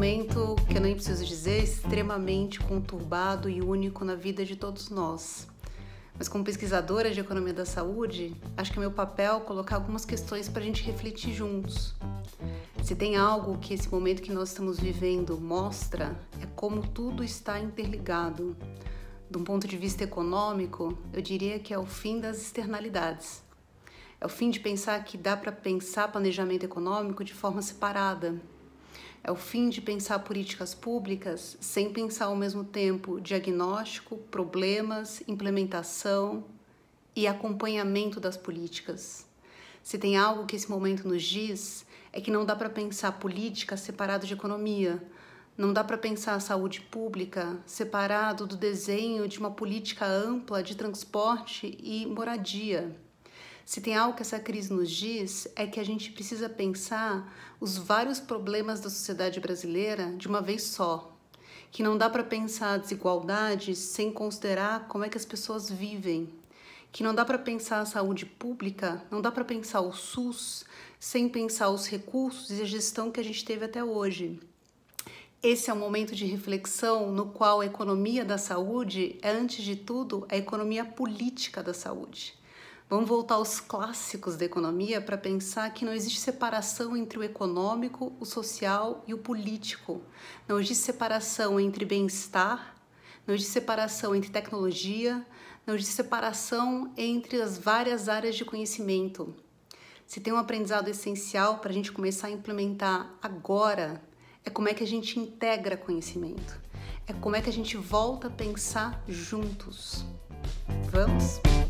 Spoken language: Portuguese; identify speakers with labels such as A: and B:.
A: momento que eu nem preciso dizer, extremamente conturbado e único na vida de todos nós. Mas como pesquisadora de economia da saúde, acho que é meu papel colocar algumas questões para a gente refletir juntos. Se tem algo que esse momento que nós estamos vivendo mostra, é como tudo está interligado. De um ponto de vista econômico, eu diria que é o fim das externalidades. É o fim de pensar que dá para pensar planejamento econômico de forma separada. É o fim de pensar políticas públicas sem pensar ao mesmo tempo diagnóstico, problemas, implementação e acompanhamento das políticas. Se tem algo que esse momento nos diz, é que não dá para pensar política separado de economia. Não dá para pensar a saúde pública separado do desenho de uma política ampla de transporte e moradia. Se tem algo que essa crise nos diz, é que a gente precisa pensar os vários problemas da sociedade brasileira de uma vez só. Que não dá para pensar a desigualdade sem considerar como é que as pessoas vivem. Que não dá para pensar a saúde pública, não dá para pensar o SUS sem pensar os recursos e a gestão que a gente teve até hoje. Esse é um momento de reflexão no qual a economia da saúde é, antes de tudo, a economia política da saúde. Vamos voltar aos clássicos da economia para pensar que não existe separação entre o econômico, o social e o político. Não existe separação entre bem-estar, não existe separação entre tecnologia, não existe separação entre as várias áreas de conhecimento. Se tem um aprendizado essencial para a gente começar a implementar agora, é como é que a gente integra conhecimento. É como é que a gente volta a pensar juntos. Vamos?